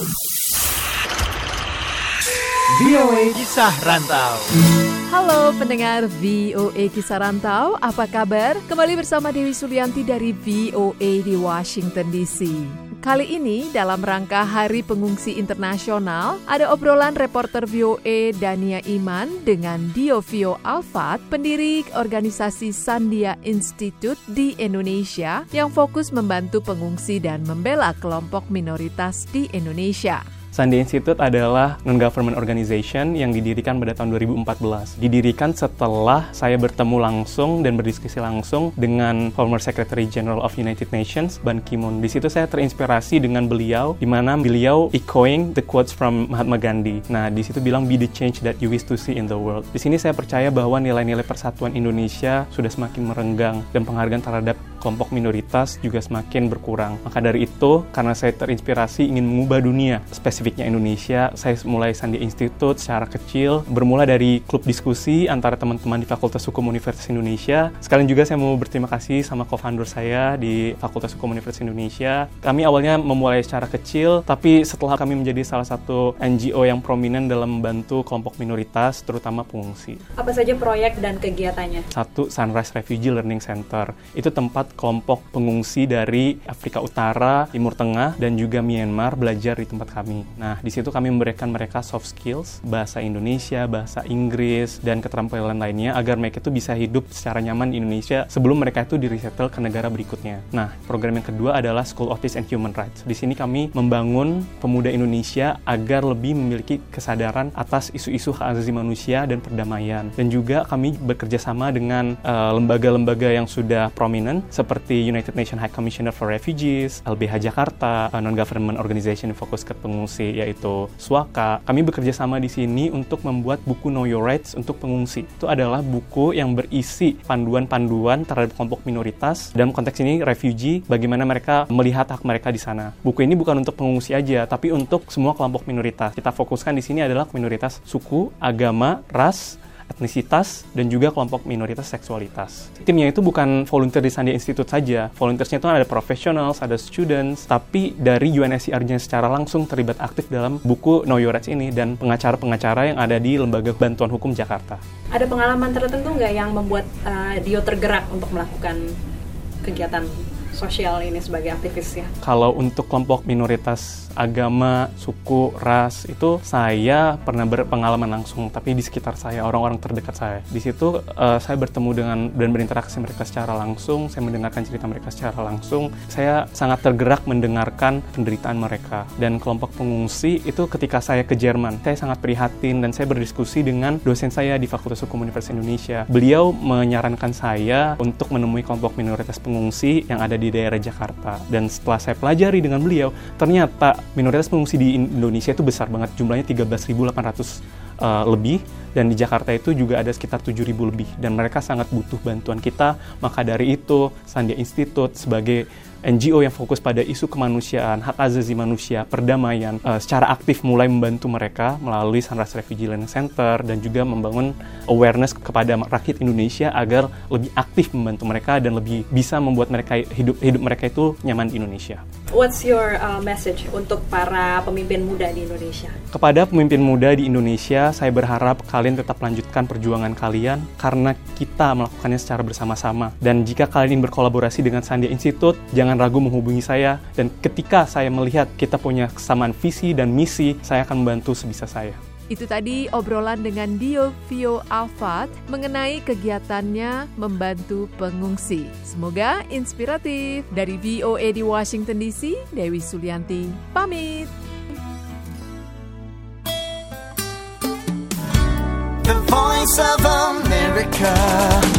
VOA Kisah Rantau. Halo pendengar VOA Kisah Rantau, apa kabar? Kembali bersama Dewi Sulianti dari VOA di Washington DC. Kali ini dalam rangka Hari Pengungsi Internasional, ada obrolan reporter VOA Dania Iman dengan Diovio Alfat, pendiri organisasi Sandia Institute di Indonesia yang fokus membantu pengungsi dan membela kelompok minoritas di Indonesia. Sandia Institute adalah non-government organization yang didirikan pada tahun 2014. Didirikan setelah saya bertemu langsung dan berdiskusi langsung dengan former Secretary General of United Nations, Ban Ki-moon. Di situ saya terinspirasi dengan beliau, di mana beliau echoing the quotes from Mahatma Gandhi. Nah, di situ bilang, be the change that you wish to see in the world. Di sini saya percaya bahwa nilai-nilai persatuan Indonesia sudah semakin merenggang dan penghargaan terhadap kelompok minoritas juga semakin berkurang. Maka dari itu, karena saya terinspirasi ingin mengubah dunia, spesifiknya Indonesia, saya mulai Sandia Institute secara kecil, bermula dari klub diskusi antara teman-teman di Fakultas Hukum Universitas Indonesia. Sekalian juga saya mau berterima kasih sama co-founder saya di Fakultas Hukum Universitas Indonesia. Kami awalnya memulai secara kecil, tapi setelah kami menjadi salah satu NGO yang prominent dalam membantu kelompok minoritas, terutama pengungsi. Apa saja proyek dan kegiatannya? Satu, Sunrise Refugee Learning Center. Itu tempat kelompok pengungsi dari Afrika Utara, Timur Tengah, dan juga Myanmar belajar di tempat kami. Nah, di situ kami memberikan mereka soft skills, bahasa Indonesia, bahasa Inggris, dan keterampilan lainnya agar mereka itu bisa hidup secara nyaman di Indonesia sebelum mereka itu di-resettle ke negara berikutnya. Nah, program yang kedua adalah School of Peace and Human Rights. Di sini kami membangun pemuda Indonesia agar lebih memiliki kesadaran atas isu-isu hak asasi manusia dan perdamaian. Dan juga kami bekerja sama dengan lembaga-lembaga yang sudah prominent seperti United Nations High Commissioner for Refugees, LBH Jakarta, non-government organization yang fokus ke pengungsi yaitu SWAKA. Kami bekerja sama di sini untuk membuat buku Know Your Rights untuk pengungsi. Itu adalah buku yang berisi panduan-panduan terhadap kelompok minoritas. Dalam konteks ini refugee, bagaimana mereka melihat hak mereka di sana. Buku ini bukan untuk pengungsi aja, tapi untuk semua kelompok minoritas. Kita fokuskan di sini adalah minoritas suku, agama, ras, etnisitas, dan juga kelompok minoritas seksualitas. Timnya itu bukan volunteer di Sandia Institute saja. Volunteersnya itu ada professionals, ada students, tapi dari UNHCR-nya secara langsung terlibat aktif dalam buku Know Your Rights ini dan pengacara-pengacara yang ada di Lembaga Bantuan Hukum Jakarta. Ada pengalaman tertentu nggak yang membuat Dio tergerak untuk melakukan kegiatan sosial ini sebagai aktivis ya? Kalau untuk kelompok minoritas agama, suku, ras, itu saya pernah berpengalaman langsung, tapi di sekitar saya, orang-orang terdekat saya. Di situ saya bertemu dengan dan berinteraksi mereka secara langsung, saya mendengarkan cerita mereka secara langsung. Saya sangat tergerak mendengarkan penderitaan mereka. Dan kelompok pengungsi itu ketika saya ke Jerman, saya sangat prihatin dan saya berdiskusi dengan dosen saya di Fakultas Hukum Universitas Indonesia. Beliau menyarankan saya untuk menemui kelompok minoritas pengungsi yang ada di daerah Jakarta. Dan setelah saya pelajari dengan beliau, ternyata minoritas pengungsi di Indonesia itu besar banget, jumlahnya 13.800 lebih, dan di Jakarta itu juga ada sekitar 7.000 lebih, dan mereka sangat butuh bantuan kita. Maka dari itu, Sandia Institute sebagai NGO yang fokus pada isu kemanusiaan, hak asasi manusia, perdamaian, secara aktif mulai membantu mereka melalui Sunrise Refugee Learning Center dan juga membangun awareness kepada rakyat Indonesia agar lebih aktif membantu mereka dan lebih bisa membuat mereka hidup mereka itu nyaman di Indonesia. What's your message untuk para pemimpin muda di Indonesia? Kepada pemimpin muda di Indonesia, saya berharap kalian tetap lanjutkan perjuangan kalian karena kita melakukannya secara bersama-sama. Dan jika kalian ingin berkolaborasi dengan Sandia Institute, jangan ragu menghubungi saya. Dan ketika saya melihat kita punya kesamaan visi dan misi, saya akan membantu sebisa saya. Itu tadi obrolan dengan Diovio Alfat mengenai kegiatannya membantu pengungsi. Semoga inspiratif. Dari VOA di Washington DC, Dewi Sulianti pamit. The Voice of America.